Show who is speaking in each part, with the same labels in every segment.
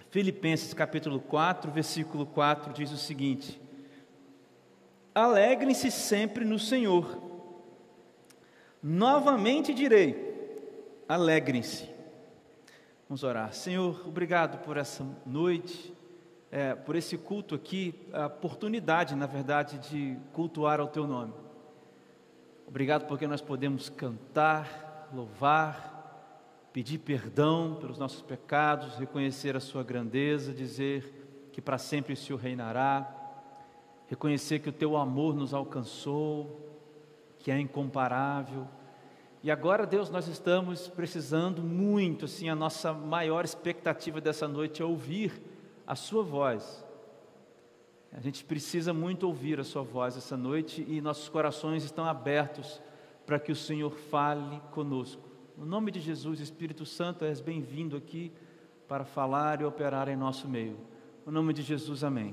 Speaker 1: Filipenses capítulo 4, versículo 4 diz o seguinte: alegrem-se sempre no Senhor. Novamente direi, alegrem-se. Vamos orar. Senhor, obrigado por essa noite, por esse culto aqui, a oportunidade, na verdade, de cultuar ao Teu nome. Obrigado porque nós podemos cantar, louvar, pedir perdão pelos nossos pecados, reconhecer a Sua grandeza, dizer que para sempre o Senhor reinará, reconhecer que o Teu amor nos alcançou, que é incomparável. E agora, Deus, nós estamos precisando muito, assim, a nossa maior expectativa dessa noite é ouvir a Sua voz. A gente precisa muito ouvir a Sua voz essa noite e nossos corações estão abertos para que o Senhor fale conosco. No nome de Jesus, Espírito Santo, és bem-vindo aqui para falar e operar em nosso meio. No nome de Jesus, amém.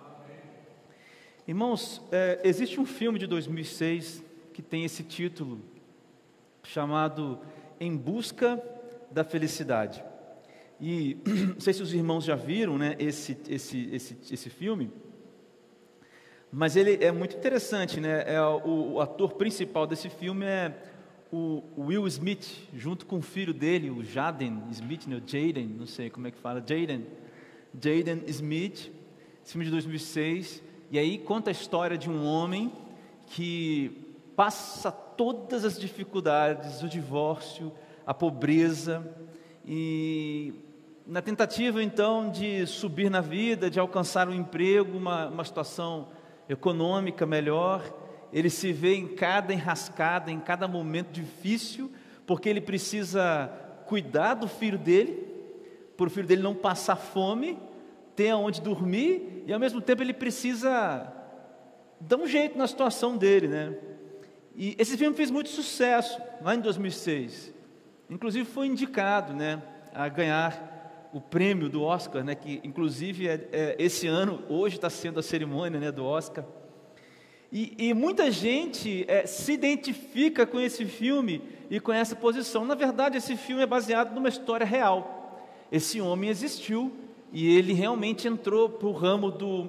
Speaker 1: Irmãos, existe um filme de 2006 que tem esse título, chamado Em Busca da Felicidade. E não sei se os irmãos já viram, né, esse filme, mas ele é muito interessante, né? O ator principal desse filme é o Will Smith, junto com o filho dele, o Jaden Smith, né, o Jaden, não sei como é que fala, Jaden Smith, esse filme de 2006, e aí conta a história de um homem que passa todas as dificuldades, o divórcio, a pobreza, e na tentativa então de subir na vida, de alcançar um emprego, uma situação econômica melhor, ele se vê em cada enrascada, em cada momento difícil, porque ele precisa cuidar do filho dele, para o filho dele não passar fome, ter aonde dormir, e ao mesmo tempo ele precisa dar um jeito na situação dele, né? E esse filme fez muito sucesso, lá em 2006, inclusive foi indicado, né, a ganhar o prêmio do Oscar, né, que inclusive esse ano, hoje está sendo a cerimônia, né, do Oscar. E muita gente se identifica com esse filme e com essa posição. Na verdade, esse filme é baseado numa história real. Esse homem existiu e ele realmente entrou para o ramo do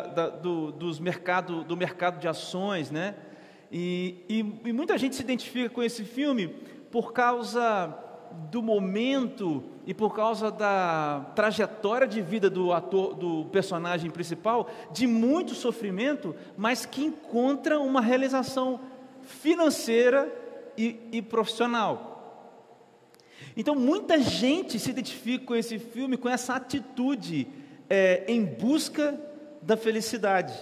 Speaker 1: mercado de ações, né? E muita gente se identifica com esse filme por causa do momento e por causa da trajetória de vida do ator, do personagem principal, de muito sofrimento, mas que encontra uma realização financeira e profissional. Então muita gente se identifica com esse filme, com essa atitude em busca da felicidade.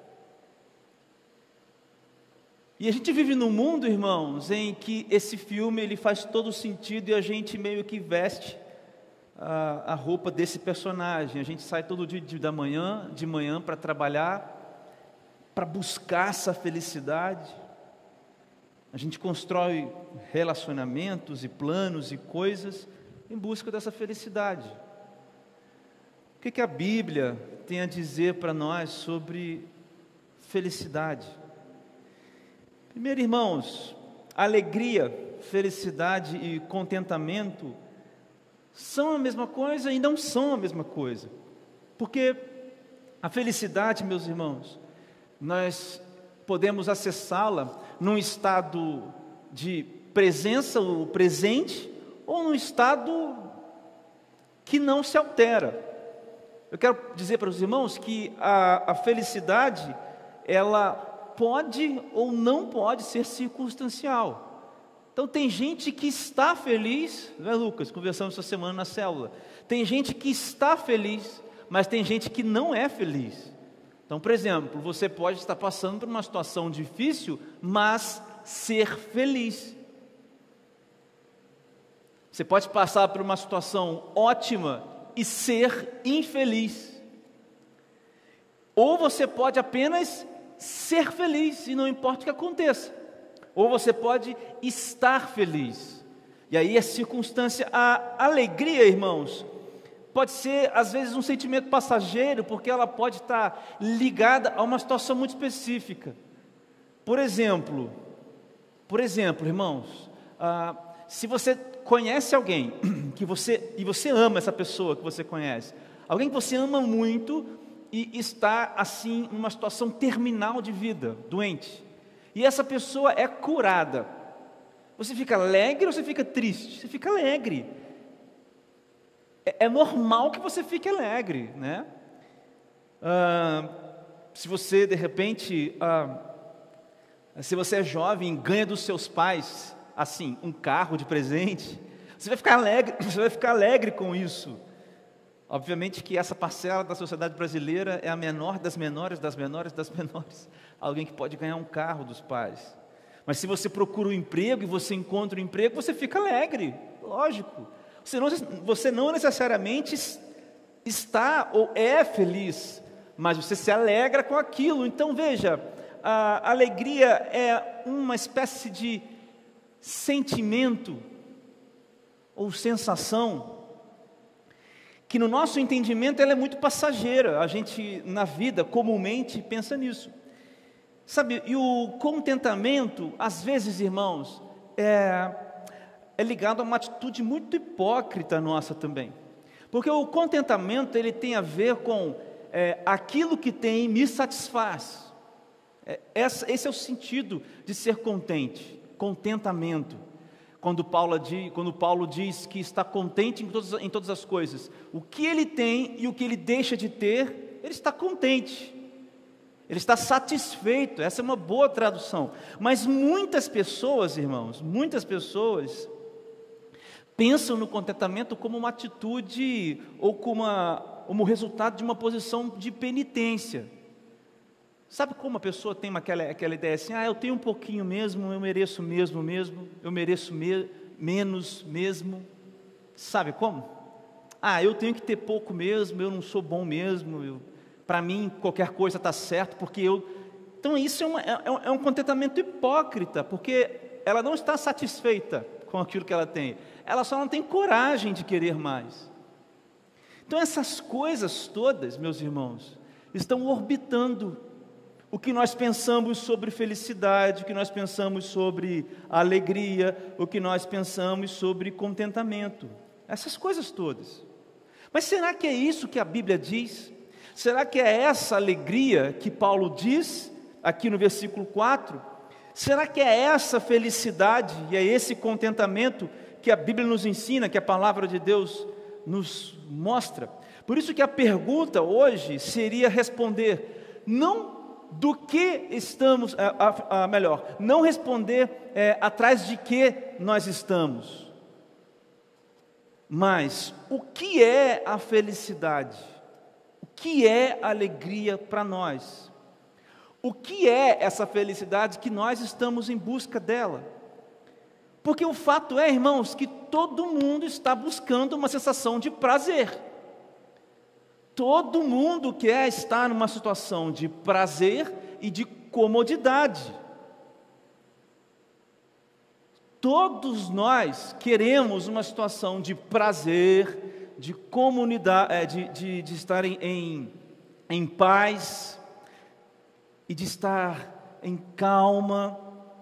Speaker 1: E a gente vive num mundo, irmãos, em que esse filme ele faz todo sentido e a gente meio que veste a roupa desse personagem. A gente sai todo dia de manhã para trabalhar, para buscar essa felicidade. A gente constrói relacionamentos e planos e coisas em busca dessa felicidade. O que a Bíblia tem a dizer para nós sobre felicidade? Primeiro, irmãos, alegria, felicidade e contentamento são a mesma coisa e não são a mesma coisa. Porque a felicidade, meus irmãos, nós podemos acessá-la num estado de presença, o presente, ou num estado que não se altera. Eu quero dizer para os irmãos que a felicidade, ela pode ou não pode ser circunstancial. Então tem gente que está feliz, não é, Lucas? Conversamos essa semana na célula. Tem gente que está feliz, mas tem gente que não é feliz. Então, por exemplo, você pode estar passando por uma situação difícil, mas ser feliz. Você pode passar por uma situação ótima e ser infeliz. Ou você pode apenas ser feliz e não importa o que aconteça. Ou você pode estar feliz. E aí a circunstância, a alegria, irmãos, pode ser às vezes um sentimento passageiro, porque ela pode estar ligada a uma situação muito específica. Por exemplo, irmãos, se você conhece alguém e você ama essa pessoa que você conhece, Alguém que você ama muito e está assim numa situação terminal de vida, doente. E essa pessoa é curada. Você fica alegre ou você fica triste? Você fica alegre. É normal que você fique alegre, né? Se você de repente, se você é jovem, ganha dos seus pais, assim, um carro de presente, você vai ficar alegre com isso. Obviamente que essa parcela da sociedade brasileira é a menor das menores, das menores, das menores. Alguém que pode ganhar um carro dos pais. Mas se você procura um emprego e você encontra um emprego, você fica alegre, lógico. Você não necessariamente está ou é feliz, mas você se alegra com aquilo. Então veja, a alegria é uma espécie de sentimento ou sensação que no nosso entendimento ela é muito passageira. A gente na vida comumente pensa nisso. Sabe, e o contentamento, às vezes, irmãos, é ligado a uma atitude muito hipócrita nossa também. Porque o contentamento, ele tem a ver com aquilo que tem me satisfaz. Esse é o sentido de ser contente, contentamento. Quando Paulo diz que está contente em todas as coisas, o que ele tem e o que ele deixa de ter, ele está contente. Ele está satisfeito, essa é uma boa tradução. Mas muitas pessoas, irmãos, muitas pessoas pensam no contentamento como uma atitude ou como resultado de uma posição de penitência. Sabe como a pessoa tem aquela ideia assim, eu tenho um pouquinho mesmo, eu mereço mesmo, eu mereço menos mesmo. Sabe como? Eu tenho que ter pouco mesmo, eu não sou bom mesmo, para mim qualquer coisa está certo, porque eu... Então isso é um contentamento hipócrita, porque ela não está satisfeita com aquilo que ela tem, ela só não tem coragem de querer mais. Então essas coisas todas, meus irmãos, estão orbitando o que nós pensamos sobre felicidade, o que nós pensamos sobre alegria, o que nós pensamos sobre contentamento, essas coisas todas. Mas será que é isso que a Bíblia diz? Será que é essa alegria que Paulo diz aqui no versículo 4? Será que é essa felicidade e é esse contentamento que a Bíblia nos ensina, que a palavra de Deus nos mostra? Por isso que a pergunta hoje seria responder, não do que estamos, não responder atrás de que nós estamos, mas o que é a felicidade? O que é a alegria para nós? O que é essa felicidade que nós estamos em busca dela? Porque o fato é, irmãos, que todo mundo está buscando uma sensação de prazer. Todo mundo quer estar numa situação de prazer e de comodidade. Todos nós queremos uma situação de prazer, de comunidade, de estar em paz e de estar em calma.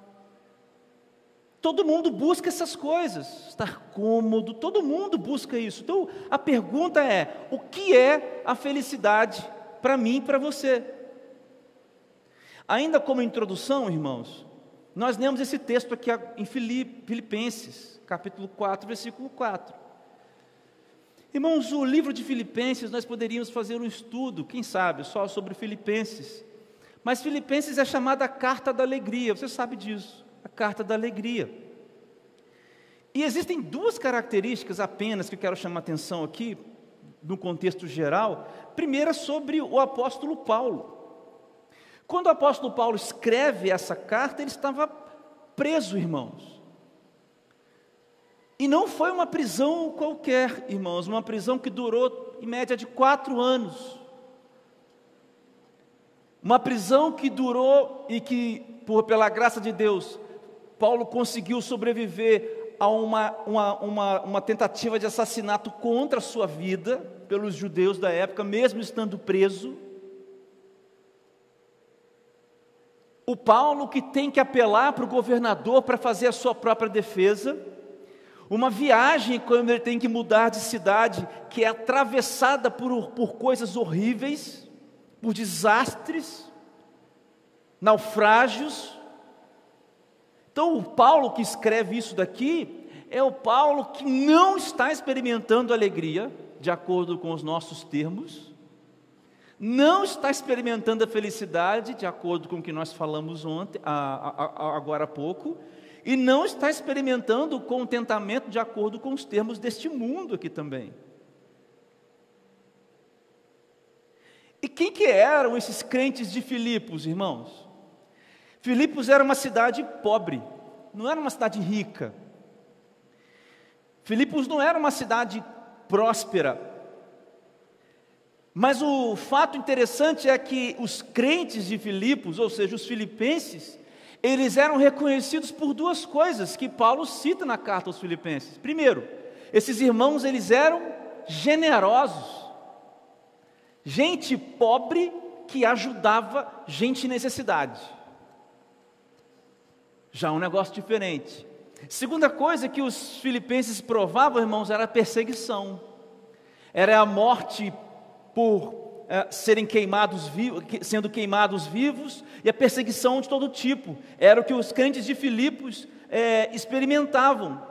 Speaker 1: Todo mundo busca essas coisas, estar cômodo, todo mundo busca isso. Então a pergunta é, o que é a felicidade para mim e para você? Ainda como introdução, irmãos, nós lemos esse texto aqui em Filipenses, capítulo 4, versículo 4. Irmãos, o livro de Filipenses, nós poderíamos fazer um estudo, quem sabe, só sobre Filipenses. Mas Filipenses é chamada a carta da alegria, você sabe disso, a carta da alegria. E existem duas características apenas que eu quero chamar a atenção aqui, no contexto geral. Primeira, sobre o apóstolo Paulo. Quando o apóstolo Paulo escreve essa carta, ele estava preso, irmãos. E não foi uma prisão qualquer, irmãos, uma prisão que durou em média de 4 anos. Uma prisão que durou e que, pela graça de Deus, Paulo conseguiu sobreviver a uma tentativa de assassinato contra a sua vida, pelos judeus da época, mesmo estando preso. O Paulo que tem que apelar para o governador para fazer a sua própria defesa. uma viagem quando ele tem que mudar de cidade, que é atravessada por coisas horríveis, por desastres, naufrágios. Então o Paulo que escreve isso daqui, é o Paulo que não está experimentando alegria, de acordo com os nossos termos, não está experimentando a felicidade, de acordo com o que nós falamos ontem, agora há pouco, e não está experimentando o contentamento de acordo com os termos deste mundo aqui também. E quem que eram esses crentes de Filipos, irmãos? Filipos era uma cidade pobre, não era uma cidade rica. Filipos não era uma cidade próspera. Mas o fato interessante é que os crentes de Filipos, ou seja, os filipenses, eles eram reconhecidos por duas coisas que Paulo cita na carta aos Filipenses. Primeiro, esses irmãos, eles eram generosos. Gente pobre que ajudava gente em necessidade. Já um negócio diferente. Segunda coisa que os filipenses provavam, irmãos, era a perseguição. Era a morte por serem sendo queimados vivos, e a perseguição de todo tipo. Era o que os crentes de Filipos experimentavam.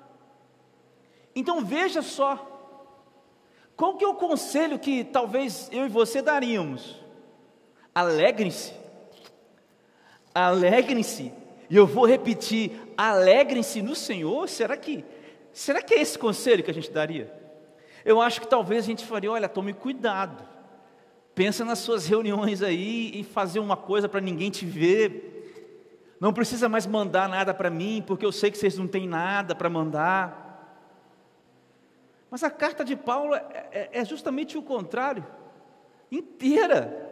Speaker 1: Então veja só, qual que é o conselho que talvez eu e você daríamos? Alegrem-se. Alegrem-se. E eu vou repetir, alegrem-se no Senhor. Será que é esse conselho que a gente daria? Eu acho que talvez a gente faria, olha, tome cuidado. Pensa nas suas reuniões aí e fazer uma coisa para ninguém te ver. Não precisa mais mandar nada para mim, porque eu sei que vocês não têm nada para mandar. Mas a carta de Paulo é justamente o contrário, inteira.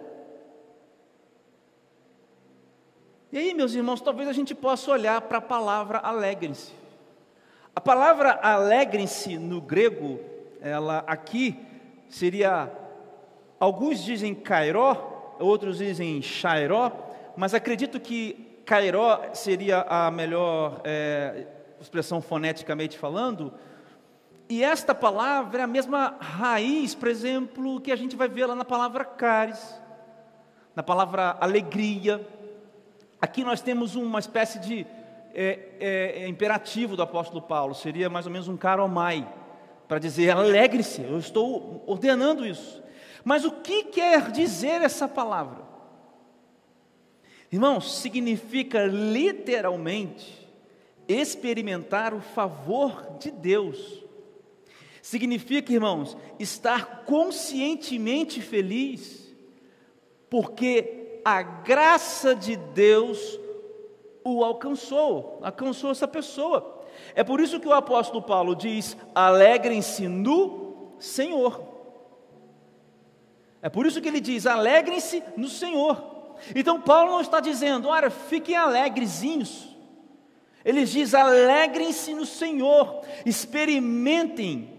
Speaker 1: E aí, meus irmãos, talvez a gente possa olhar para a palavra alegrem-se. A palavra alegrem-se no grego, ela aqui seria, alguns dizem kairó, outros dizem chairó, mas acredito que kairó seria a melhor expressão foneticamente falando. E esta palavra é a mesma raiz, por exemplo, que a gente vai ver lá na palavra caris, na palavra alegria. Aqui nós temos uma espécie de imperativo do apóstolo Paulo, seria mais ou menos um karomai, para dizer alegre-se, eu estou ordenando isso. Mas o que quer dizer essa palavra? Irmãos, significa literalmente experimentar o favor de Deus. Significa, irmãos, estar conscientemente feliz, porque a graça de Deus o alcançou essa pessoa. É por isso que o apóstolo Paulo diz, alegrem-se no Senhor. É por isso que ele diz, alegrem-se no Senhor. Então Paulo não está dizendo, olha, fiquem alegrezinhos. Ele diz, alegrem-se no Senhor, experimentem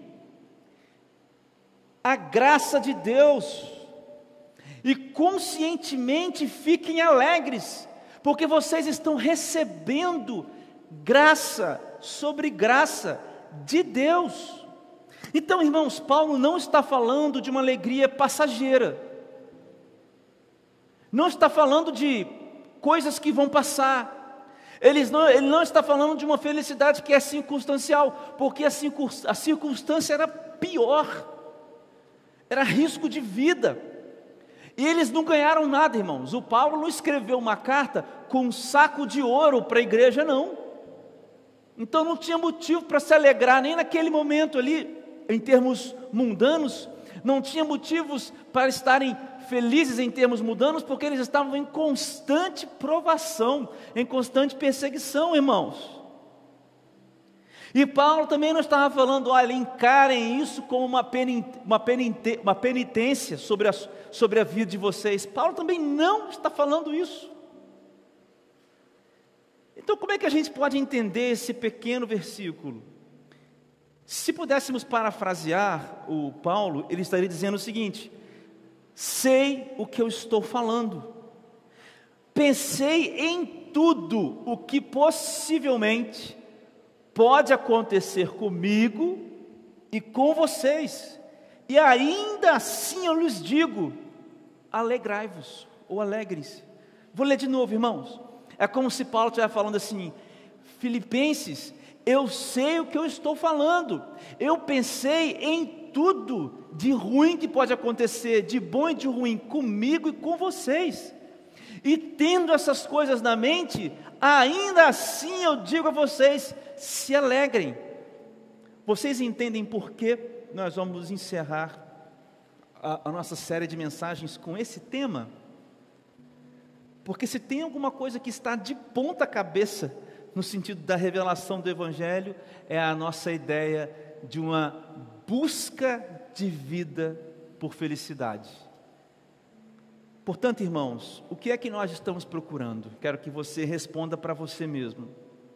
Speaker 1: a graça de Deus, e conscientemente fiquem alegres, porque vocês estão recebendo graça sobre graça de Deus. Então, irmãos, Paulo não está falando de uma alegria passageira, não está falando de coisas que vão passar, ele não está falando de uma felicidade que é circunstancial, porque a circunstância era pior, era risco de vida, e eles não ganharam nada, irmãos. O Paulo não escreveu uma carta com um saco de ouro para a igreja, não. Então não tinha motivo para se alegrar, nem naquele momento ali, em termos mundanos, não tinha motivos para estarem felizes em termos mundanos, porque eles estavam em constante provação, em constante perseguição, irmãos. E Paulo também não estava falando, olha, encarem isso como uma penitência sobre a vida de vocês. Paulo também não está falando isso. Então, como é que a gente pode entender esse pequeno versículo? Se pudéssemos parafrasear o Paulo, ele estaria dizendo o seguinte: sei o que eu estou falando, pensei em tudo o que possivelmente pode acontecer comigo e com vocês, e ainda assim eu lhes digo: alegrai-vos, ou alegrem-se. Vou ler de novo, irmãos. É como se Paulo estivesse falando assim: Filipenses, eu sei o que eu estou falando, eu pensei em tudo de ruim que pode acontecer, de bom e de ruim, comigo e com vocês, e tendo essas coisas na mente, ainda assim eu digo a vocês: se alegrem. Vocês entendem por que nós vamos encerrar a nossa série de mensagens com esse tema? Porque se tem alguma coisa que está de ponta cabeça no sentido da revelação do Evangelho, é a nossa ideia de uma busca de vida por felicidade. Portanto, irmãos, o que é que nós estamos procurando? Quero que você responda para você mesmo.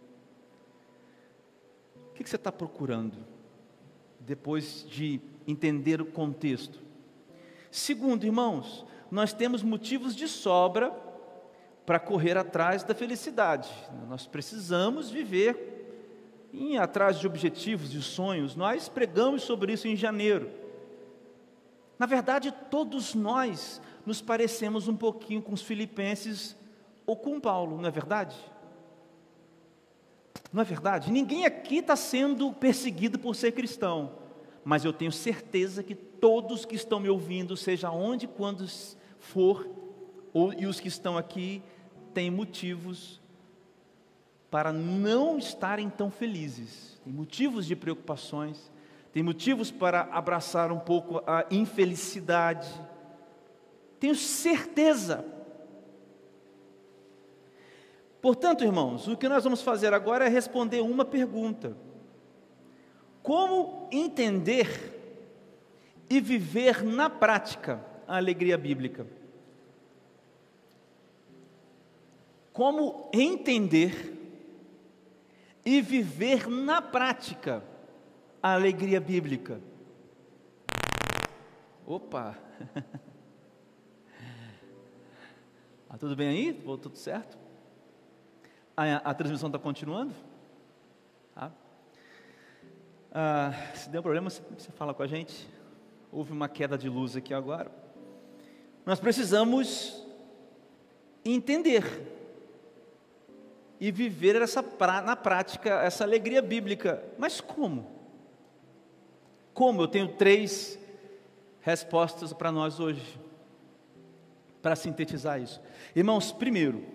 Speaker 1: O que você está procurando, depois de entender o contexto? Segundo, irmãos, nós temos motivos de sobra para correr atrás da felicidade. Nós precisamos viver atrás de objetivos, de sonhos. Nós pregamos sobre isso em janeiro. Na verdade, todos nós nos parecemos um pouquinho com os filipenses ou com Paulo, não é verdade? Não é verdade? Ninguém aqui está sendo perseguido por ser cristão, mas eu tenho certeza que todos que estão me ouvindo, seja onde e quando for, e os que estão aqui, têm motivos para não estarem tão felizes, tem motivos de preocupações, tem motivos para abraçar um pouco a infelicidade. Tenho certeza. Portanto, irmãos, o que nós vamos fazer agora é responder uma pergunta: como entender e viver na prática a alegria bíblica? Como entender e viver na prática a alegria bíblica? Opa! Tudo bem aí? Tudo certo? A transmissão está continuando? Se der um problema, você fala com a gente. Houve uma queda de luz aqui agora. Nós precisamos entender e viver na prática essa alegria bíblica. Mas como? Como? Eu tenho 3 respostas para nós hoje, para sintetizar isso. Irmãos, primeiro,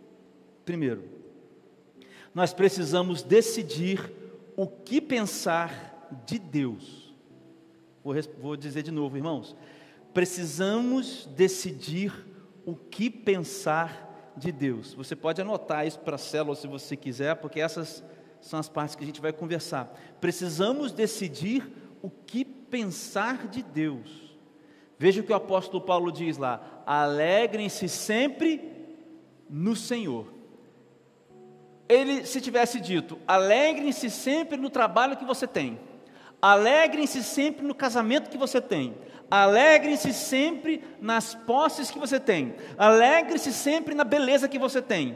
Speaker 1: nós precisamos decidir o que pensar de Deus. Vou dizer de novo, irmãos. Precisamos decidir o que pensar de Deus. Você pode anotar isso para a célula se você quiser, porque essas são as partes que a gente vai conversar. Precisamos decidir o que pensar de Deus. Veja o que o apóstolo Paulo diz lá: alegrem-se sempre no Senhor. Ele, se tivesse dito, alegrem-se sempre no trabalho que você tem, alegrem-se sempre no casamento que você tem, alegrem-se sempre nas posses que você tem, alegre-se sempre na beleza que você tem.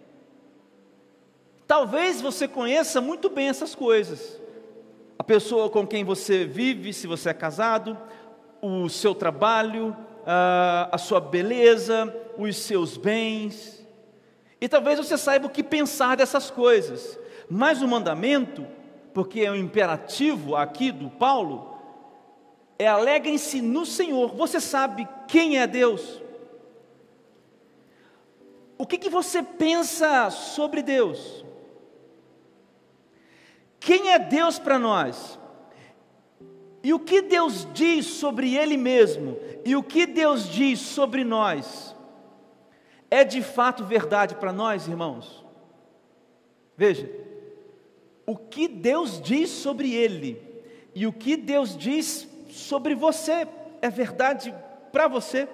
Speaker 1: Talvez você conheça muito bem essas coisas, a pessoa com quem você vive, se você é casado, o seu trabalho, a sua beleza, os seus bens. E talvez você saiba o que pensar dessas coisas, mas o mandamento, porque é um imperativo aqui do Paulo, é alegrem-se no Senhor. Você sabe quem é Deus? O que você pensa sobre Deus? Quem é Deus para nós? E o que Deus diz sobre Ele mesmo? E o que Deus diz sobre nós? É de fato verdade para nós, irmãos? Veja, o que Deus diz sobre Ele e o que Deus diz sobre você é verdade para você?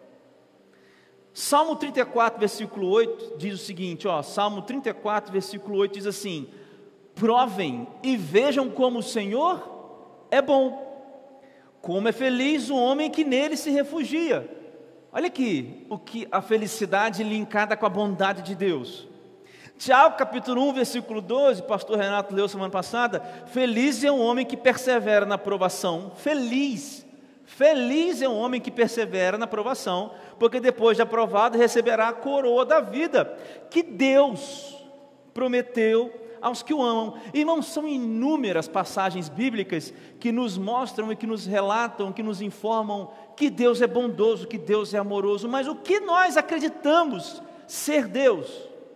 Speaker 1: Salmo 34, versículo 8 diz o seguinte, Salmo 34, versículo 8 diz assim: provem e vejam como o Senhor é bom, como é feliz o homem que nele se refugia. Olha aqui, a felicidade linkada com a bondade de Deus. Tiago capítulo 1, versículo 12, o pastor Renato leu semana passada: feliz é um homem que persevera na provação. Feliz é um homem que persevera na provação, porque depois de aprovado receberá a coroa da vida, que Deus prometeu aos que o amam. Irmãos, são inúmeras passagens bíblicas que nos mostram e que nos relatam, que nos informam que Deus é bondoso, que Deus é amoroso. Mas o que nós acreditamos ser Deus?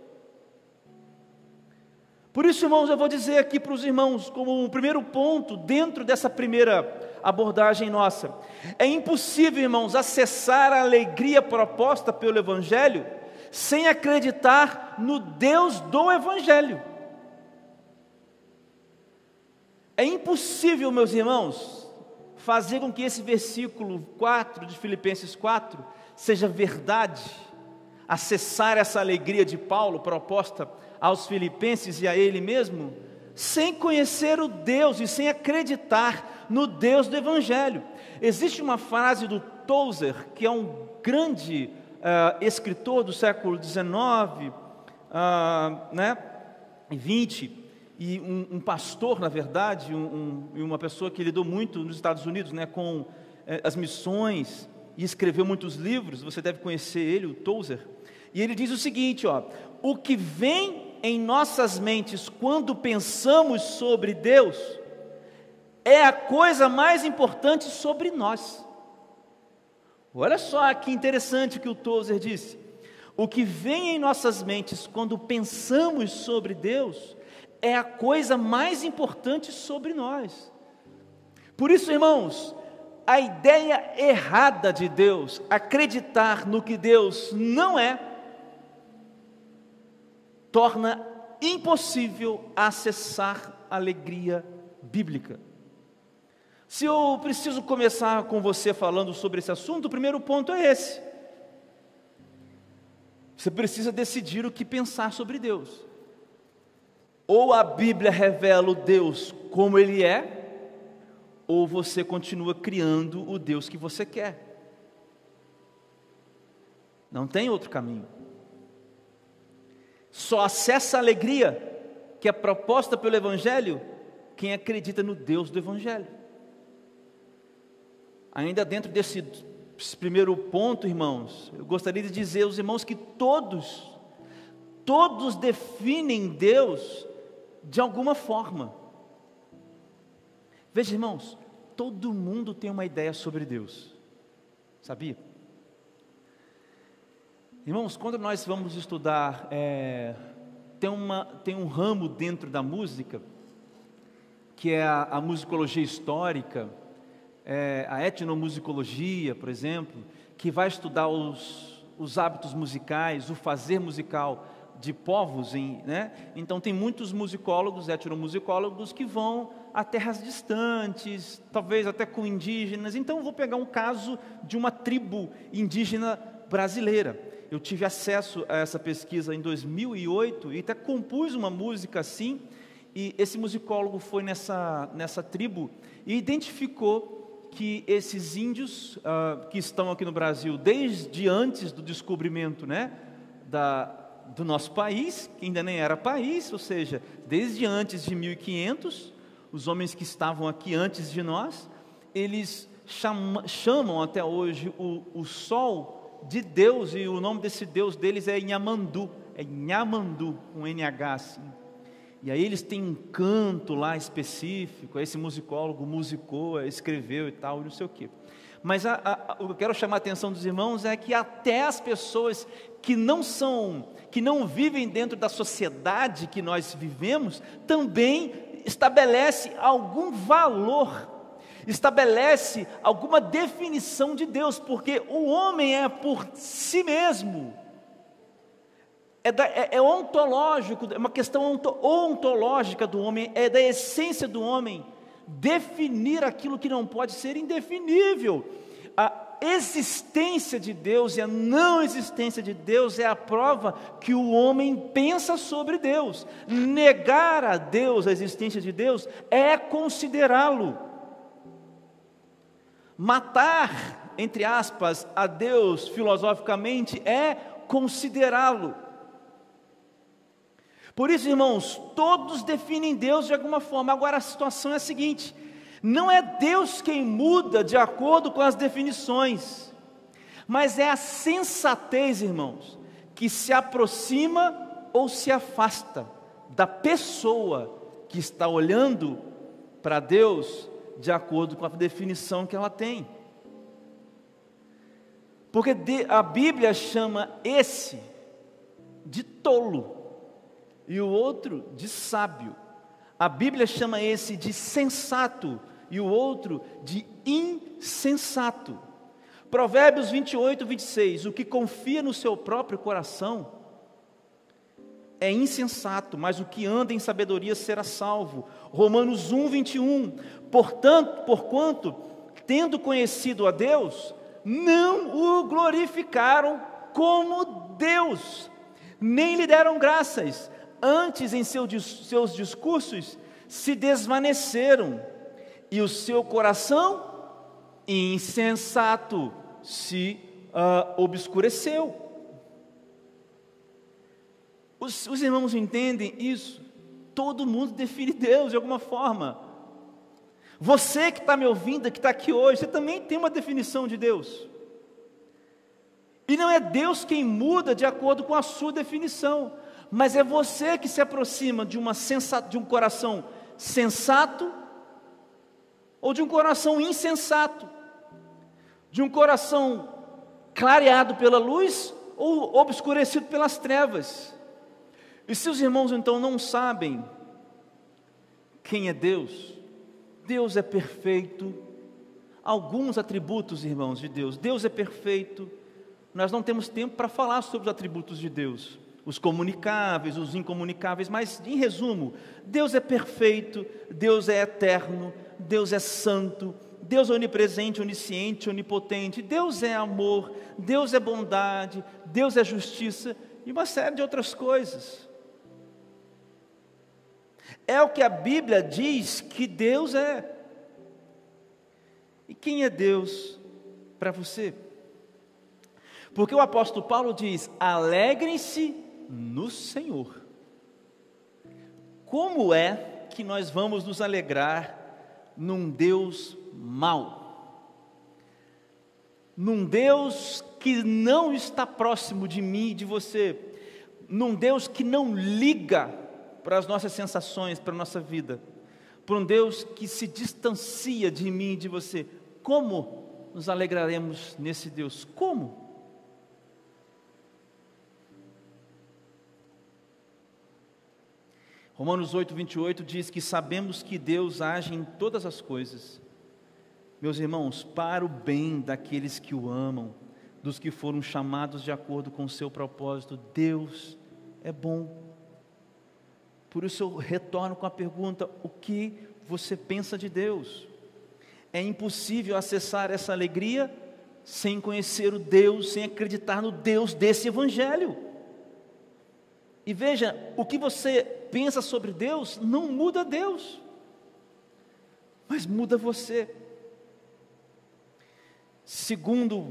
Speaker 1: Por isso, irmãos, eu vou dizer aqui para os irmãos, como um primeiro ponto, dentro dessa primeira abordagem nossa: é impossível, irmãos, acessar a alegria proposta pelo Evangelho sem acreditar no Deus do Evangelho. É impossível, meus irmãos, fazer com que esse versículo 4 de Filipenses 4 seja verdade, acessar essa alegria de Paulo proposta aos filipenses e a ele mesmo, sem conhecer o Deus e sem acreditar no Deus do Evangelho. Existe uma frase do Tozer, que é um grande escritor do século XIX, e XX, e um pastor, na verdade, uma pessoa que lidou muito nos Estados Unidos, com as missões, e escreveu muitos livros. Você deve conhecer ele, o Tozer. E ele diz o seguinte: o que vem em nossas mentes quando pensamos sobre Deus é a coisa mais importante sobre nós. Olha só que interessante o que o Tozer disse. O que vem em nossas mentes quando pensamos sobre Deus é a coisa mais importante sobre nós. Por isso, irmãos, a ideia errada de Deus, acreditar no que Deus não é, torna impossível acessar a alegria bíblica. Se eu preciso começar com você falando sobre esse assunto, o primeiro ponto é esse: você precisa decidir o que pensar sobre Deus. Ou a Bíblia revela o Deus como Ele é, ou você continua criando o Deus que você quer. Não tem outro caminho. Só acessa a alegria que é proposta pelo Evangelho quem acredita no Deus do Evangelho. Ainda dentro desse primeiro ponto, irmãos, eu gostaria de dizer aos irmãos que todos definem Deus de alguma forma. Veja, irmãos, todo mundo tem uma ideia sobre Deus, sabia? Irmãos, quando nós vamos estudar, tem um ramo dentro da música, que é a musicologia histórica, a etnomusicologia, por exemplo, que vai estudar os hábitos musicais, o fazer musical de povos, Então tem muitos musicólogos, etnomusicólogos, que vão a terras distantes, talvez até com indígenas. Então eu vou pegar um caso de uma tribo indígena brasileira. Eu tive acesso a essa pesquisa em 2008 e até compus uma música assim, e esse musicólogo foi nessa tribo e identificou que esses índios que estão aqui no Brasil desde antes do descobrimento, do nosso país, que ainda nem era país, ou seja, desde antes de 1500, os homens que estavam aqui antes de nós, eles chamam até hoje o sol de Deus, e o nome desse Deus deles é Nhamandu, com NH assim. E aí eles têm um canto lá específico, esse musicólogo musicou, escreveu e tal, não sei o quê. Mas o que eu quero chamar a atenção dos irmãos é que até as pessoas que não vivem dentro da sociedade que nós vivemos, também estabelece algum valor, estabelece alguma definição de Deus, porque o homem é por si mesmo, é ontológico, é uma questão ontológica do homem, é da essência do homem, definir aquilo que não pode ser indefinível. A existência de Deus e a não existência de Deus é a prova que o homem pensa sobre Deus. Negar a Deus, a existência de Deus, é considerá-lo. Matar, entre aspas, a Deus filosoficamente é considerá-lo. Por isso, irmãos, todos definem Deus de alguma forma. Agora a situação é a seguinte: não é Deus quem muda de acordo com as definições, mas é a sensatez, irmãos, que se aproxima ou se afasta da pessoa que está olhando para Deus de acordo com a definição que ela tem. Porque a Bíblia chama esse de tolo e o outro de sábio. A Bíblia chama esse de sensato e o outro de insensato. Provérbios 28, 26, o que confia no seu próprio coração é insensato, mas o que anda em sabedoria será salvo. Romanos 1, 21, porquanto, tendo conhecido a Deus, não o glorificaram como Deus, nem lhe deram graças, antes em seus discursos se desvaneceram, e o seu coração insensato se obscureceu. Os irmãos entendem isso? Todo mundo define Deus de alguma forma. Você que está me ouvindo, que está aqui hoje, você também tem uma definição de Deus. E não é Deus quem muda de acordo com a sua definição, mas é você que se aproxima de um coração sensato ou de um coração insensato, de um coração clareado pela luz ou obscurecido pelas trevas. E se os irmãos então não sabem quem é Deus, Deus é perfeito. Alguns atributos, irmãos, de Deus: Deus é perfeito. Nós não temos tempo para falar sobre os atributos de Deus, os comunicáveis, os incomunicáveis, mas em resumo, Deus é perfeito, Deus é eterno, Deus é santo, Deus é onipresente, onisciente, onipotente, Deus é amor, Deus é bondade, Deus é justiça e uma série de outras coisas. É o que a Bíblia diz que Deus é. E quem é Deus para você? Porque o apóstolo Paulo diz: alegrem-se no Senhor. Como é que nós vamos nos alegrar num Deus mau? Num Deus que não está próximo de mim e de você, num Deus que não liga para as nossas sensações, para a nossa vida, para um Deus que se distancia de mim e de você. Como nos alegraremos nesse Deus? Como? Romanos 8, 28 diz que sabemos que Deus age em todas as coisas, meus irmãos, para o bem daqueles que o amam, dos que foram chamados de acordo com o seu propósito. Deus é bom. Por isso eu retorno com a pergunta: o que você pensa de Deus? É impossível acessar essa alegria sem conhecer o Deus, sem acreditar no Deus desse Evangelho. E veja, o que você pensa sobre Deus não muda Deus, mas muda você. Segundo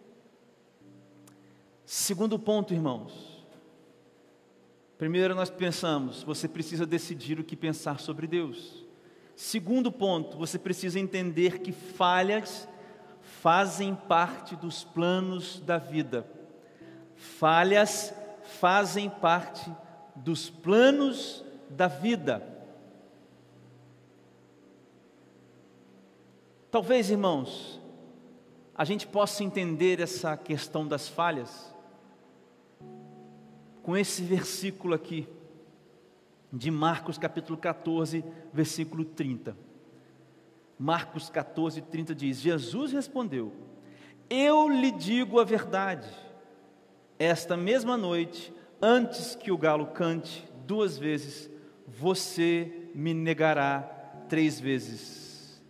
Speaker 1: ponto, irmãos. Primeiro nós pensamos, você precisa decidir o que pensar sobre Deus. Segundo ponto, você precisa entender que falhas fazem parte dos planos da vida. Falhas fazem parte dos planos da vida. Talvez, irmãos, a gente possa entender essa questão das falhas com esse versículo aqui, de Marcos capítulo 14, versículo 30. Marcos 14, 30 diz: Jesus respondeu: eu lhe digo a verdade, esta mesma noite, antes que o galo cante 2 vezes, você me negará 3 vezes.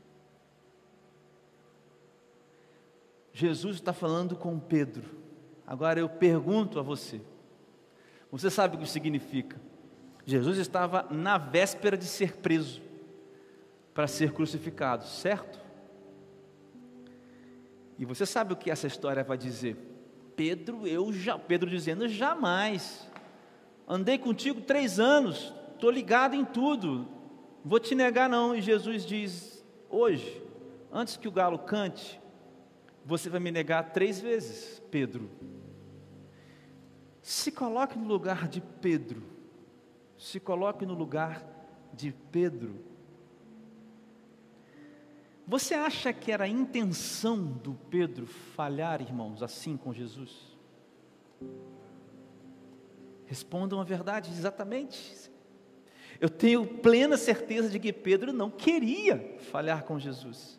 Speaker 1: Jesus está falando com Pedro. Agora eu pergunto a você, você sabe o que significa? Jesus estava na véspera de ser preso para ser crucificado, certo? E você sabe o que essa história vai dizer? Pedro dizendo: jamais, andei contigo 3 anos, estou ligado em tudo, vou te negar não. E Jesus diz: hoje, antes que o galo cante, você vai me negar 3 vezes, Pedro. Se coloque no lugar de Pedro, se coloque no lugar de Pedro. Você acha que era a intenção do Pedro falhar, irmãos, assim com Jesus? Respondam a verdade exatamente. Eu tenho plena certeza de que Pedro não queria falhar com Jesus.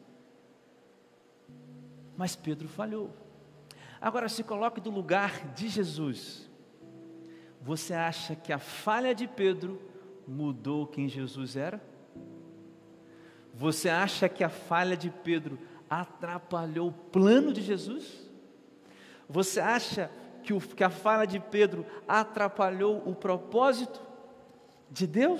Speaker 1: Mas Pedro falhou. Agora se coloque no lugar de Jesus. Você acha que a falha de Pedro mudou quem Jesus era? Você acha que a falha de Pedro atrapalhou o plano de Jesus? Você acha que a falha de Pedro atrapalhou o propósito de Deus?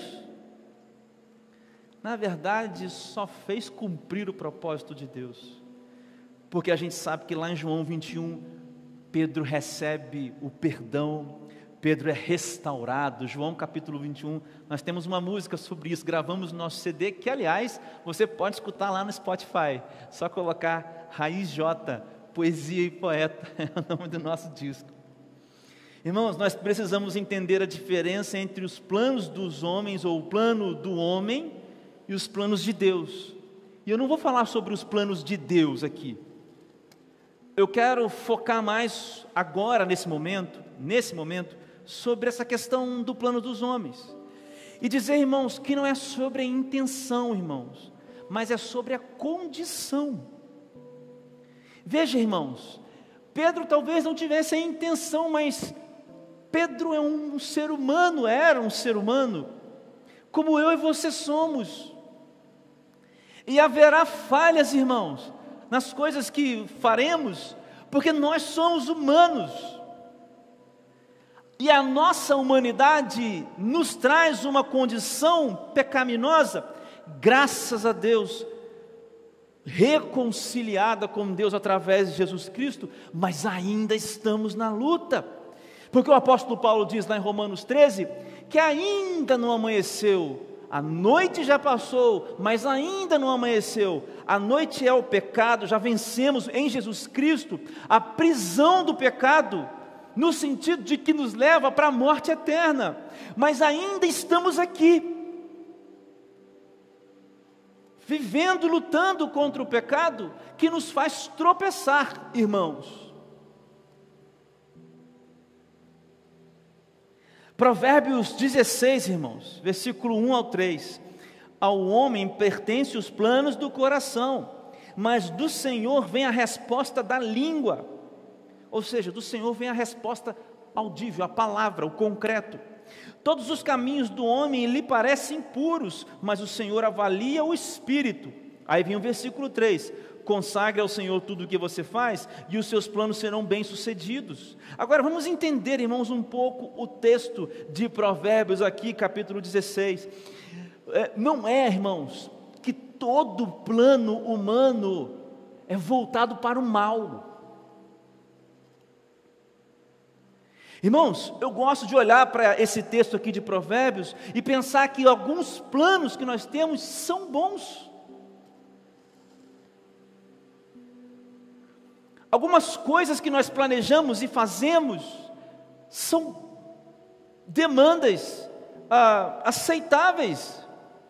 Speaker 1: Na verdade, só fez cumprir o propósito de Deus. Porque a gente sabe que lá em João 21, Pedro recebe o perdão, Pedro é restaurado. João capítulo 21, nós temos uma música sobre isso, gravamos no nosso CD, que aliás, você pode escutar lá no Spotify, só colocar Raiz J, Poesia e Poeta, é o nome do nosso disco. Irmãos, nós precisamos entender a diferença entre os planos dos homens, ou o plano do homem, e os planos de Deus. E eu não vou falar sobre os planos de Deus aqui. Eu quero focar mais agora, nesse momento, sobre essa questão do plano dos homens. E dizer, irmãos, que não é sobre a intenção, irmãos, mas é sobre a condição. Veja, irmãos, Pedro talvez não tivesse a intenção, mas Pedro é um ser humano, era um ser humano, como eu e você somos. E haverá falhas, irmãos, nas coisas que faremos, porque nós somos humanos. E a nossa humanidade nos traz uma condição pecaminosa, graças a Deus, reconciliada com Deus através de Jesus Cristo, mas ainda estamos na luta, porque o apóstolo Paulo diz lá em Romanos 13, que ainda não amanheceu, a noite já passou, mas ainda não amanheceu, a noite é o pecado, já vencemos em Jesus Cristo a prisão do pecado, no sentido de que nos leva para a morte eterna, mas ainda estamos aqui, vivendo, lutando contra o pecado, que nos faz tropeçar, irmãos. Provérbios 16, irmãos, versículo 1 ao 3, ao homem pertencem os planos do coração, mas do Senhor vem a resposta da língua. Ou seja, do Senhor vem a resposta audível, a palavra, o concreto. Todos os caminhos do homem lhe parecem puros, mas o Senhor avalia o espírito. Aí vem o versículo 3, consagre ao Senhor tudo o que você faz, e os seus planos serão bem-sucedidos. Agora vamos entender, irmãos, um pouco o texto de Provérbios aqui, capítulo 16. Não é, irmãos, que todo plano humano é voltado para o mal. Irmãos, eu gosto de olhar para esse texto aqui de Provérbios e pensar que alguns planos que nós temos são bons. Algumas coisas que nós planejamos e fazemos são demandas aceitáveis,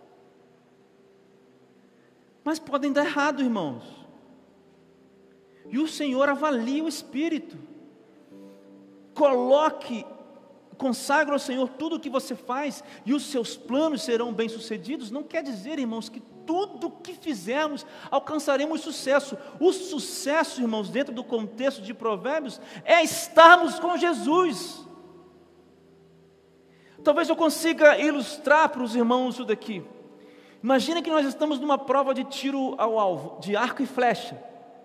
Speaker 1: mas podem dar errado, irmãos. E o Senhor avalia o espírito. Consagre ao Senhor tudo o que você faz, e os seus planos serão bem-sucedidos. Não quer dizer, irmãos, que tudo o que fizermos alcançaremos sucesso. O sucesso, irmãos, dentro do contexto de Provérbios, é estarmos com Jesus. Talvez eu consiga ilustrar para os irmãos isso daqui. Imagina que nós estamos numa prova de tiro ao alvo, de arco e flecha,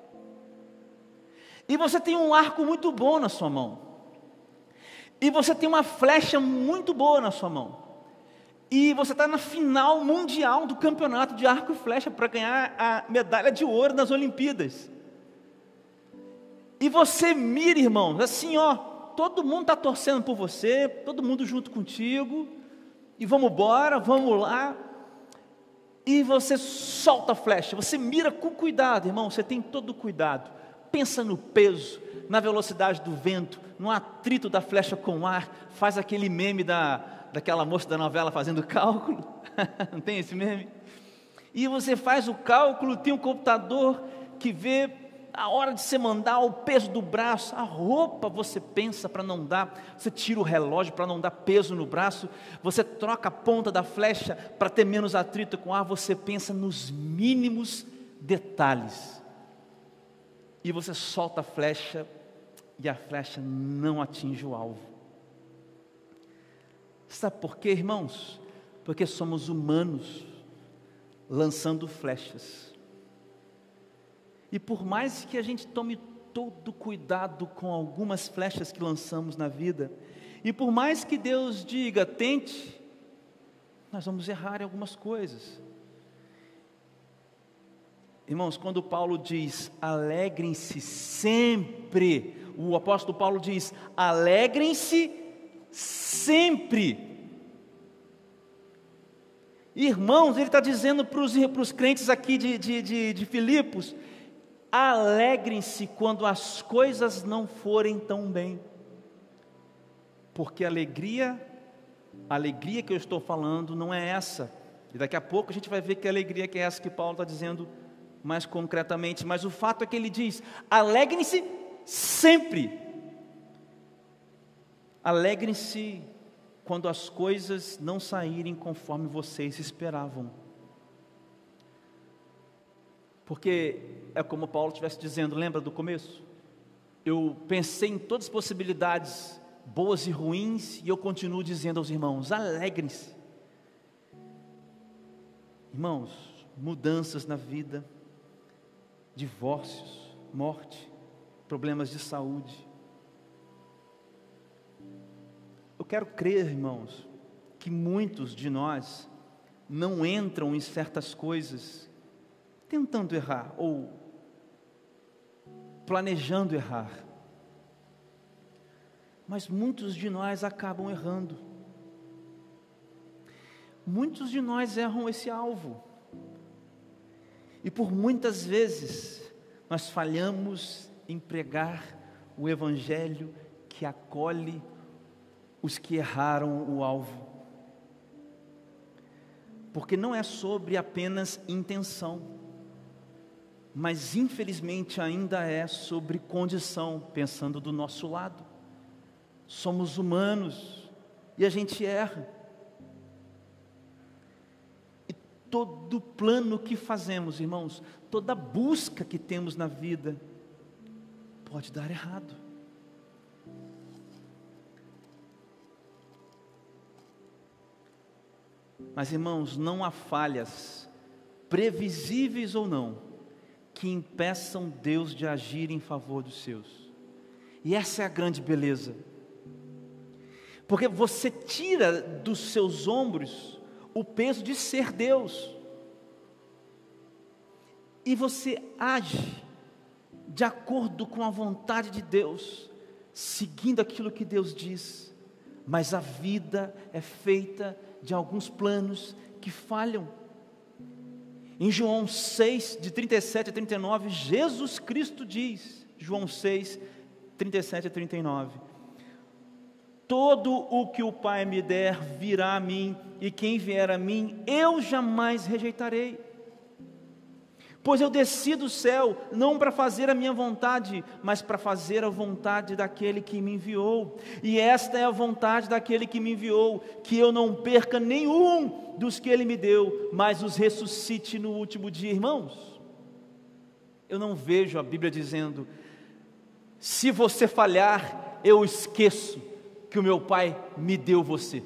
Speaker 1: e você tem um arco muito bom na sua mão, e você tem uma flecha muito boa na sua mão, e você está na final mundial do campeonato de arco e flecha para ganhar a medalha de ouro nas Olimpíadas. E você mira, irmãos, assim, todo mundo está torcendo por você, todo mundo junto contigo, e vamos embora, vamos lá, e você solta a flecha, você mira com cuidado, irmão, você tem todo o cuidado, pensa no peso, na velocidade do vento, no atrito da flecha com o ar, faz aquele meme daquela moça da novela fazendo cálculo, não tem esse meme? E você faz o cálculo, tem um computador que vê a hora de você mandar, o peso do braço, a roupa você pensa para não dar, você tira o relógio para não dar peso no braço, você troca a ponta da flecha para ter menos atrito com o ar, você pensa nos mínimos detalhes, e você solta a flecha, e a flecha não atinge o alvo. Sabe por quê, irmãos? Porque somos humanos, lançando flechas, e por mais que a gente tome todo cuidado com algumas flechas que lançamos na vida, e por mais que Deus diga, tente, nós vamos errar em algumas coisas. Irmãos, quando Paulo diz, alegrem-se sempre, o apóstolo Paulo diz, alegrem-se sempre. Irmãos, ele está dizendo para os crentes aqui de Filipos, alegrem-se quando as coisas não forem tão bem, porque a alegria que eu estou falando não é essa, e daqui a pouco a gente vai ver que a alegria que é essa que Paulo está dizendo mais concretamente, mas o fato é que ele diz, alegrem-se sempre, alegrem-se quando as coisas não saírem conforme vocês esperavam, porque é como Paulo estivesse dizendo, lembra do começo? Eu pensei em todas as possibilidades, boas e ruins, e eu continuo dizendo aos irmãos, alegrem-se. Irmãos, mudanças na vida, divórcios, morte, problemas de saúde. Eu quero crer, irmãos, que muitos de nós não entram em certas coisas tentando errar ou planejando errar, mas muitos de nós acabam errando. Muitos de nós erram esse alvo, e por muitas vezes nós falhamos em pregar o evangelho que acolhe os que erraram o alvo, porque não é sobre apenas intenção, mas infelizmente ainda é sobre condição, pensando do nosso lado. Somos humanos e a gente erra, e todo plano que fazemos, irmãos, toda busca que temos na vida pode dar errado. Mas, irmãos, não há falhas, previsíveis ou não, que impeçam Deus de agir em favor dos seus. E essa é a grande beleza, porque você tira dos seus ombros o peso de ser Deus, e você age de acordo com a vontade de Deus, seguindo aquilo que Deus diz. Mas a vida é feita de alguns planos que falham. Em João 6, de 37 a 39, Jesus Cristo diz, João 6, 37 a 39, todo o que o Pai me der virá a mim, e quem vier a mim, eu jamais rejeitarei. Pois eu desci do céu, não para fazer a minha vontade, mas para fazer a vontade daquele que me enviou. E esta é a vontade daquele que me enviou, que eu não perca nenhum dos que ele me deu, mas os ressuscite no último dia. Irmãos, eu não vejo a Bíblia dizendo, se você falhar, eu esqueço que o meu Pai me deu você.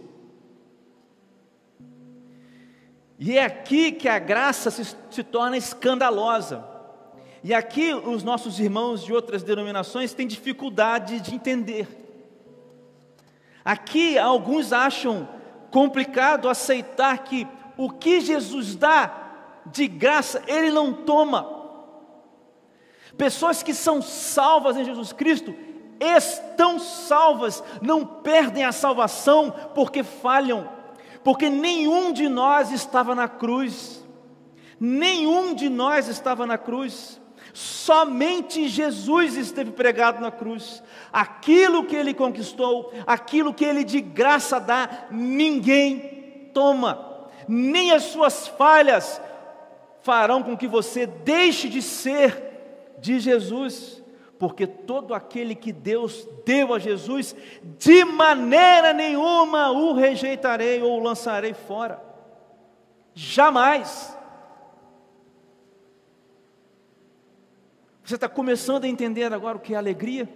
Speaker 1: E é aqui que a graça se torna escandalosa. E aqui os nossos irmãos de outras denominações têm dificuldade de entender. Aqui alguns acham complicado aceitar que o que Jesus dá de graça, Ele não toma. Pessoas que são salvas em Jesus Cristo, estão salvas, não perdem a salvação porque falham, porque nenhum de nós estava na cruz, nenhum de nós estava na cruz, somente Jesus esteve pregado na cruz. Aquilo que Ele conquistou, aquilo que Ele de graça dá, ninguém toma, nem as suas falhas farão com que você deixe de ser de Jesus, porque todo aquele que Deus deu a Jesus, de maneira nenhuma o rejeitarei ou o lançarei fora, jamais. Você está começando a entender agora o que é alegria?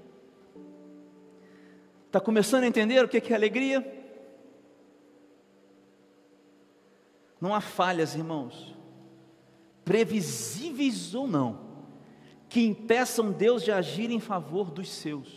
Speaker 1: Está começando a entender o que é alegria? Não há falhas, irmãos, previsíveis ou não, que impeçam Deus de agir em favor dos seus.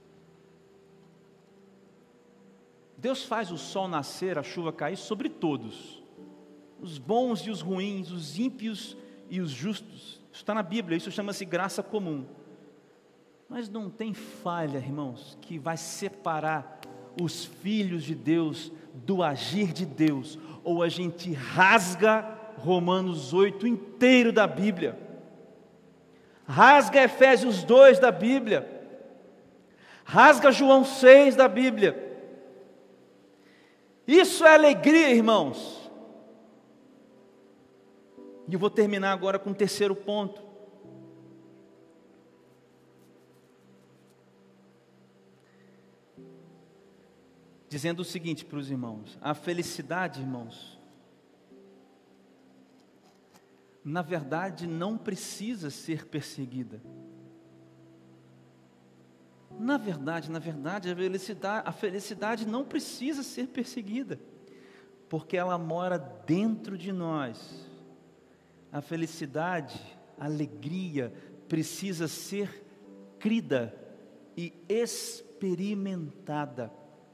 Speaker 1: Deus faz o sol nascer, a chuva cair sobre todos, os bons e os ruins, os ímpios e os justos. Isso está na Bíblia, isso chama-se graça comum. Mas não tem falha, irmãos, que vai separar os filhos de Deus do agir de Deus, ou a gente rasga Romanos 8 inteiro da Bíblia, rasga Efésios 2 da Bíblia, rasga João 6 da Bíblia. Isso é alegria, irmãos. E eu vou terminar agora com o terceiro ponto. Dizendo o seguinte para os irmãos: a felicidade, irmãos, na verdade não precisa ser perseguida. Na verdade, a felicidade não precisa ser perseguida, porque ela mora dentro de nós. A felicidade, a alegria, precisa ser crida e experimentada.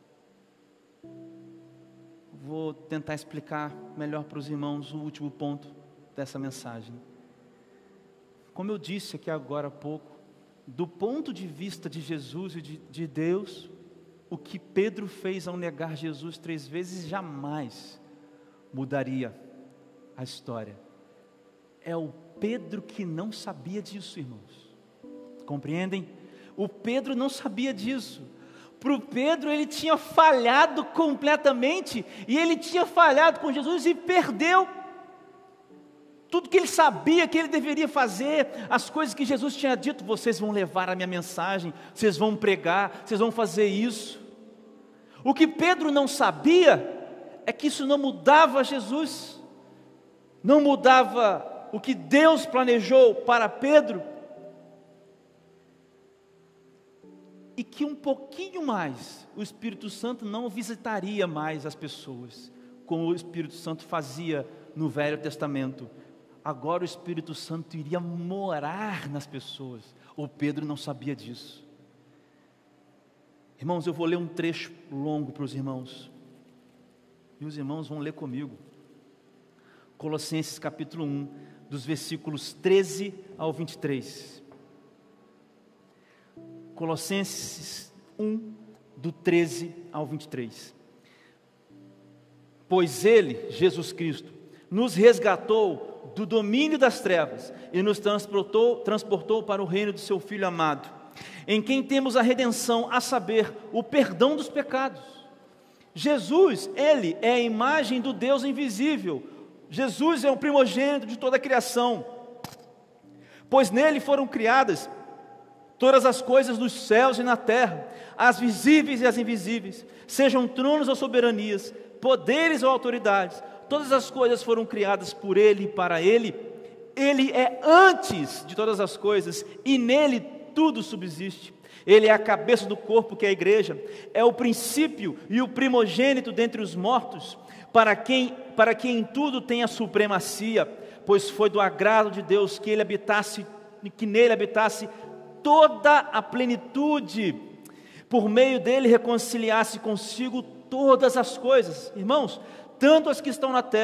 Speaker 1: Vou tentar explicar melhor para os irmãos o último ponto dessa mensagem. Como eu disse aqui agora há pouco, do ponto de vista de Jesus e de Deus, o que Pedro fez ao negar Jesus 3 vezes jamais mudaria a história. É o Pedro que não sabia disso, irmãos. Compreendem? O Pedro não sabia disso. Para o Pedro, ele tinha falhado completamente, e ele tinha falhado com Jesus e perdeu tudo que ele sabia que ele deveria fazer, as coisas que Jesus tinha dito: vocês vão levar a minha mensagem, vocês vão pregar, vocês vão fazer isso. O que Pedro não sabia é que isso não mudava Jesus, não mudava o que Deus planejou para Pedro, e que um pouquinho mais o Espírito Santo não visitaria mais as pessoas, como o Espírito Santo fazia no Velho Testamento. Agora o Espírito Santo iria morar nas pessoas. O Pedro não sabia disso. Irmãos, eu vou ler um trecho longo para os irmãos, e os irmãos vão ler comigo. Colossenses capítulo 1, dos versículos 13 ao 23. Colossenses 1, do 13 ao 23. Pois Ele, Jesus Cristo, nos resgatou do domínio das trevas e nos transportou para o reino do seu Filho amado, em quem temos a redenção, a saber, o perdão dos pecados. Jesus, Ele é a imagem do Deus invisível. Jesus é o primogênito de toda a criação, pois nele foram criadas todas as coisas nos céus e na terra, as visíveis e as invisíveis, sejam tronos ou soberanias, poderes ou autoridades. Todas as coisas foram criadas por Ele e para Ele. Ele é antes de todas as coisas, e nele tudo subsiste. Ele é a cabeça do corpo, que é a igreja, é o princípio e o primogênito dentre os mortos, para quem em tudo tem a supremacia, pois foi do agrado de Deus que nele habitasse toda a plenitude, por meio dele reconciliasse consigo todas as coisas, irmãos, tanto as que estão na terra,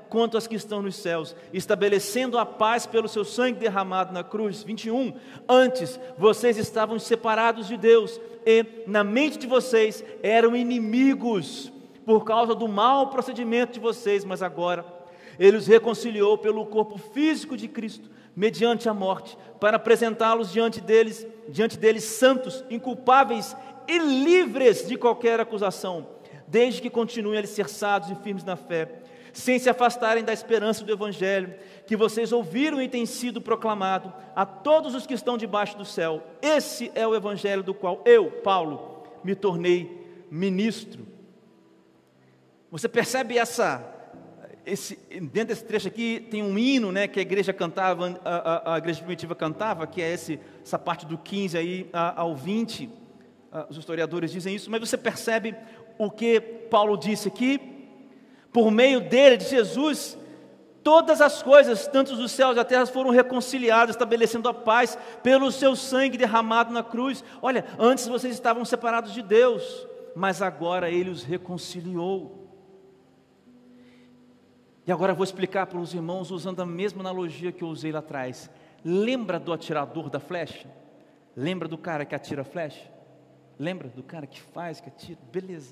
Speaker 1: quanto às que estão nos céus, estabelecendo a paz pelo seu sangue derramado na cruz. 21. Antes, vocês estavam separados de Deus e, na mente de vocês, eram inimigos por causa do mau procedimento de vocês, mas agora Ele os reconciliou pelo corpo físico de Cristo, mediante a morte, para apresentá-los diante deles santos, inculpáveis e livres de qualquer acusação, desde que continuem alicerçados e firmes na fé, sem se afastarem da esperança do Evangelho, que vocês ouviram e tem sido proclamado a todos os que estão debaixo do céu. Esse é o Evangelho do qual eu, Paulo, me tornei ministro. Você percebe dentro desse trecho aqui tem um hino, né, que a igreja cantava, a igreja primitiva cantava, que é essa parte do 15 aí ao 20, os historiadores dizem isso, mas você percebe o que Paulo disse aqui? Por meio dele, de Jesus, todas as coisas, tanto dos céus e da terra, foram reconciliadas, estabelecendo a paz pelo seu sangue derramado na cruz. Olha, antes vocês estavam separados de Deus, mas agora Ele os reconciliou. E agora eu vou explicar para os irmãos, usando a mesma analogia que eu usei lá atrás. Lembra do atirador da flecha? Lembra do cara que atira a flecha? Lembra do cara que atira? Beleza.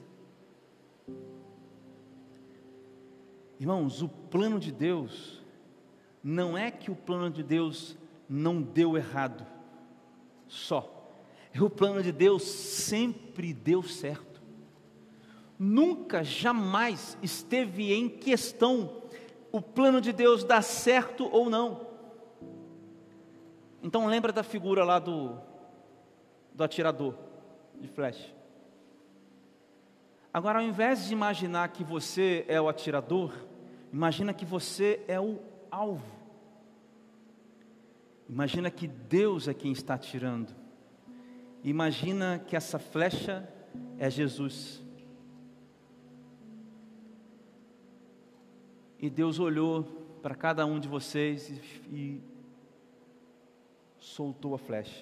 Speaker 1: Irmãos, o plano de Deus, não é que o plano de Deus não deu errado, só. O plano de Deus sempre deu certo. Nunca, jamais esteve em questão o plano de Deus dar certo ou não. Então lembra da figura lá do atirador de flecha. Agora, ao invés de imaginar que você é o atirador, imagina que você é o alvo. Imagina que Deus é quem está atirando. Imagina que essa flecha é Jesus. E Deus olhou para cada um de vocês e soltou a flecha.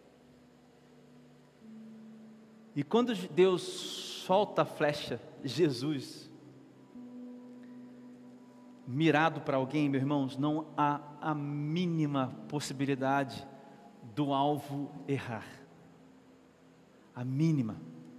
Speaker 1: E quando Deus solta a flecha, Jesus, mirado para alguém, meus irmãos, não há a mínima possibilidade do alvo errar. A mínima.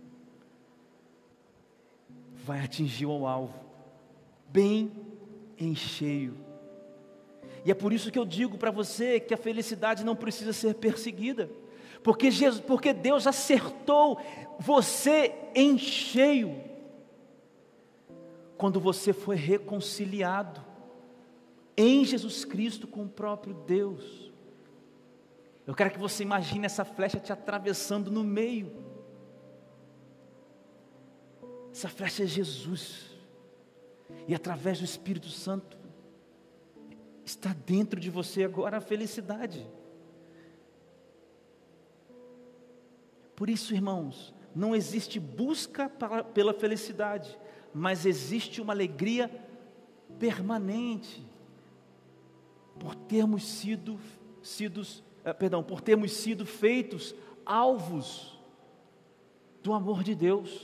Speaker 1: Vai atingir o alvo, bem em cheio. E é por isso que eu digo para você que a felicidade não precisa ser perseguida, porque Deus acertou você em cheio, quando você foi reconciliado em Jesus Cristo com o próprio Deus. Eu quero que você imagine essa flecha te atravessando no meio. Essa flecha é Jesus, e através do Espírito Santo está dentro de você agora a felicidade. Por isso, irmãos, não existe busca pela felicidade, mas existe uma alegria permanente por termos sido feitos alvos do amor de Deus.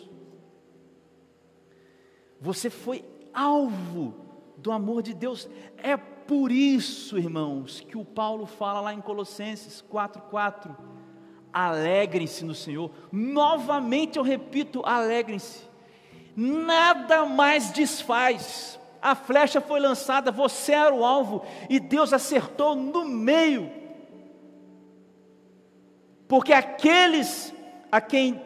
Speaker 1: Você foi alvo do amor de Deus. É por isso, irmãos, que o Paulo fala lá em Colossenses 4:4, alegrem-se no Senhor. Novamente eu repito, alegrem-se. Nada mais desfaz. A flecha foi lançada, você era o alvo, e Deus acertou no meio. Porque aqueles a quem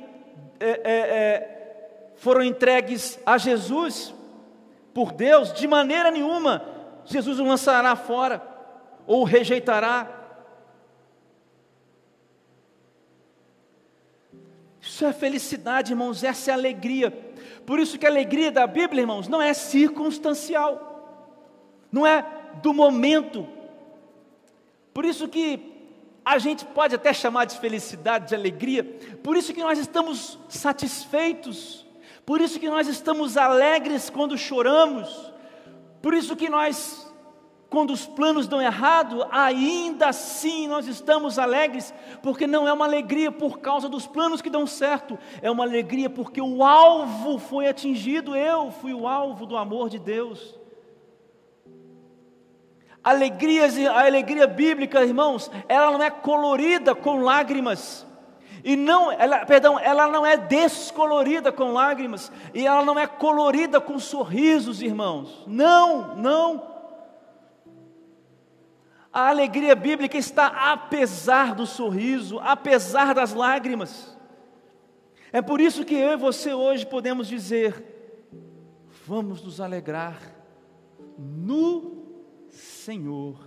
Speaker 1: foram entregues a Jesus por Deus, de maneira nenhuma Jesus o lançará fora ou o rejeitará. Isso é felicidade, irmãos, essa é a alegria. Por isso que a alegria da Bíblia, irmãos, não é circunstancial, não é do momento. Por isso que a gente pode até chamar de felicidade, de alegria. Por isso que nós estamos satisfeitos, por isso que nós estamos alegres quando choramos, por isso que nós, quando os planos dão errado, ainda assim nós estamos alegres, porque não é uma alegria por causa dos planos que dão certo, é uma alegria porque o alvo foi atingido. Eu fui o alvo do amor de Deus. A alegria bíblica, irmãos, ela não é colorida com lágrimas. Ela não é descolorida com lágrimas, e ela não é colorida com sorrisos, irmãos. Não, não. A alegria bíblica está apesar do sorriso, apesar das lágrimas. É por isso que eu e você hoje podemos dizer: vamos nos alegrar no Senhor.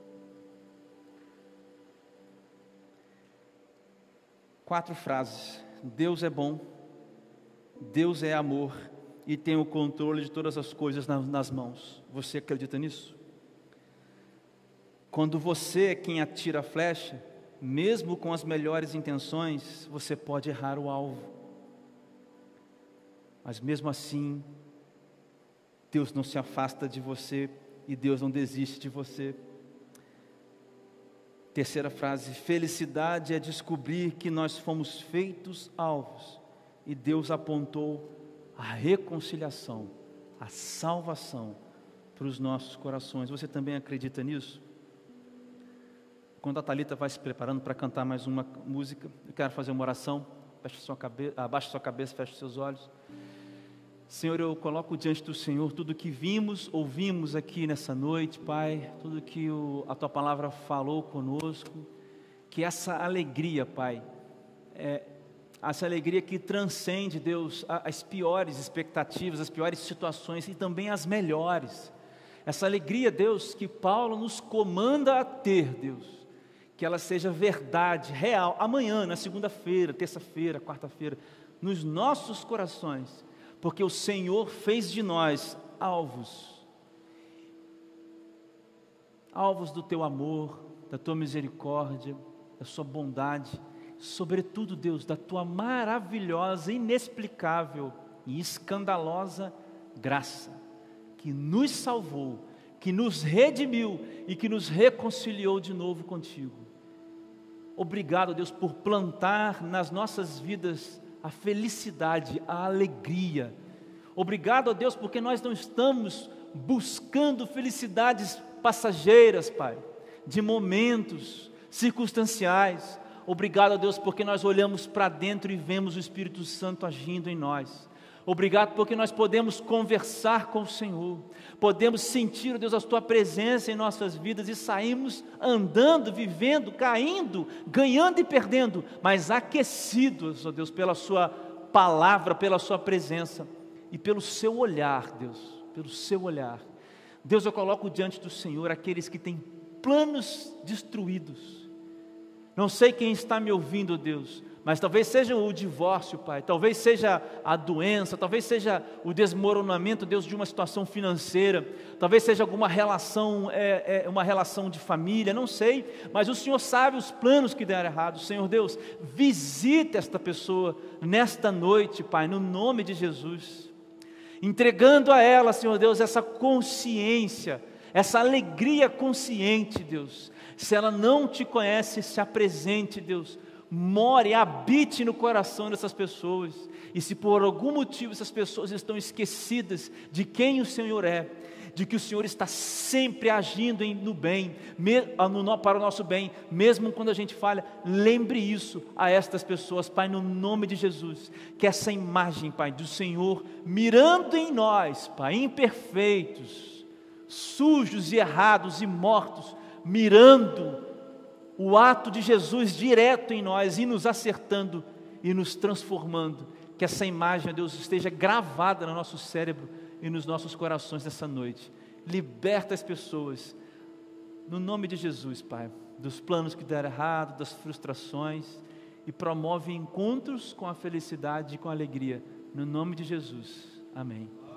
Speaker 1: 4 frases. Deus é bom, Deus é amor e tem o controle de todas as coisas nas mãos. Você acredita nisso? Quando você é quem atira a flecha, mesmo com as melhores intenções, você pode errar o alvo. Mas mesmo assim, Deus não se afasta de você e Deus não desiste de você. 3ª frase: felicidade é descobrir que nós fomos feitos alvos e Deus apontou a reconciliação, a salvação para os nossos corações. Você também acredita nisso? Quando a Thalita vai se preparando para cantar mais uma música, eu quero fazer uma oração. Abaixe sua cabeça, feche seus olhos. Senhor, eu coloco diante do Senhor tudo que vimos, ouvimos aqui nessa noite, Pai, tudo que a Tua Palavra falou conosco, que essa alegria, Pai, essa alegria que transcende, Deus, as piores expectativas, as piores situações e também as melhores, essa alegria, Deus, que Paulo nos comanda a ter, Deus, que ela seja verdade, real, amanhã, na segunda-feira, terça-feira, quarta-feira, nos nossos corações, porque o Senhor fez de nós alvos do Teu amor, da Tua misericórdia, da Sua bondade, sobretudo, Deus, da Tua maravilhosa, inexplicável e escandalosa graça, que nos salvou, que nos redimiu e que nos reconciliou de novo contigo. Obrigado, Deus, por plantar nas nossas vidas a felicidade, a alegria. Obrigado a Deus, porque nós não estamos buscando felicidades passageiras, Pai, de momentos circunstanciais. Obrigado a Deus, porque nós olhamos para dentro e vemos o Espírito Santo agindo em nós. Obrigado porque nós podemos conversar com o Senhor, podemos sentir, Deus, a Tua presença em nossas vidas e saímos andando, vivendo, caindo, ganhando e perdendo, mas aquecidos, ó Deus, pela Sua palavra, pela Sua presença e pelo Seu olhar, Deus, pelo Seu olhar. Deus, eu coloco diante do Senhor aqueles que têm planos destruídos. Não sei quem está me ouvindo, Deus, mas talvez seja o divórcio, Pai, talvez seja a doença, talvez seja o desmoronamento, Deus, de uma situação financeira, talvez seja alguma relação, uma relação de família, não sei, mas o Senhor sabe os planos que deram errado. Senhor Deus, visita esta pessoa nesta noite, Pai, no nome de Jesus, entregando a ela, Senhor Deus, essa consciência, essa alegria consciente, Deus. Se ela não Te conhece, se apresente, Deus, more, habite no coração dessas pessoas, e se por algum motivo essas pessoas estão esquecidas de quem o Senhor é, de que o Senhor está sempre agindo no bem, para o nosso bem, mesmo quando a gente falha, lembre isso a estas pessoas, Pai, no nome de Jesus, que essa imagem, Pai, do Senhor mirando em nós, Pai, imperfeitos, sujos e errados e mortos, mirando o ato de Jesus direto em nós e nos acertando e nos transformando, que essa imagem, Deus, esteja gravada no nosso cérebro e nos nossos corações nessa noite. Liberta as pessoas, no nome de Jesus, Pai, dos planos que deram errado, das frustrações, e promove encontros com a felicidade e com a alegria, no nome de Jesus, amém.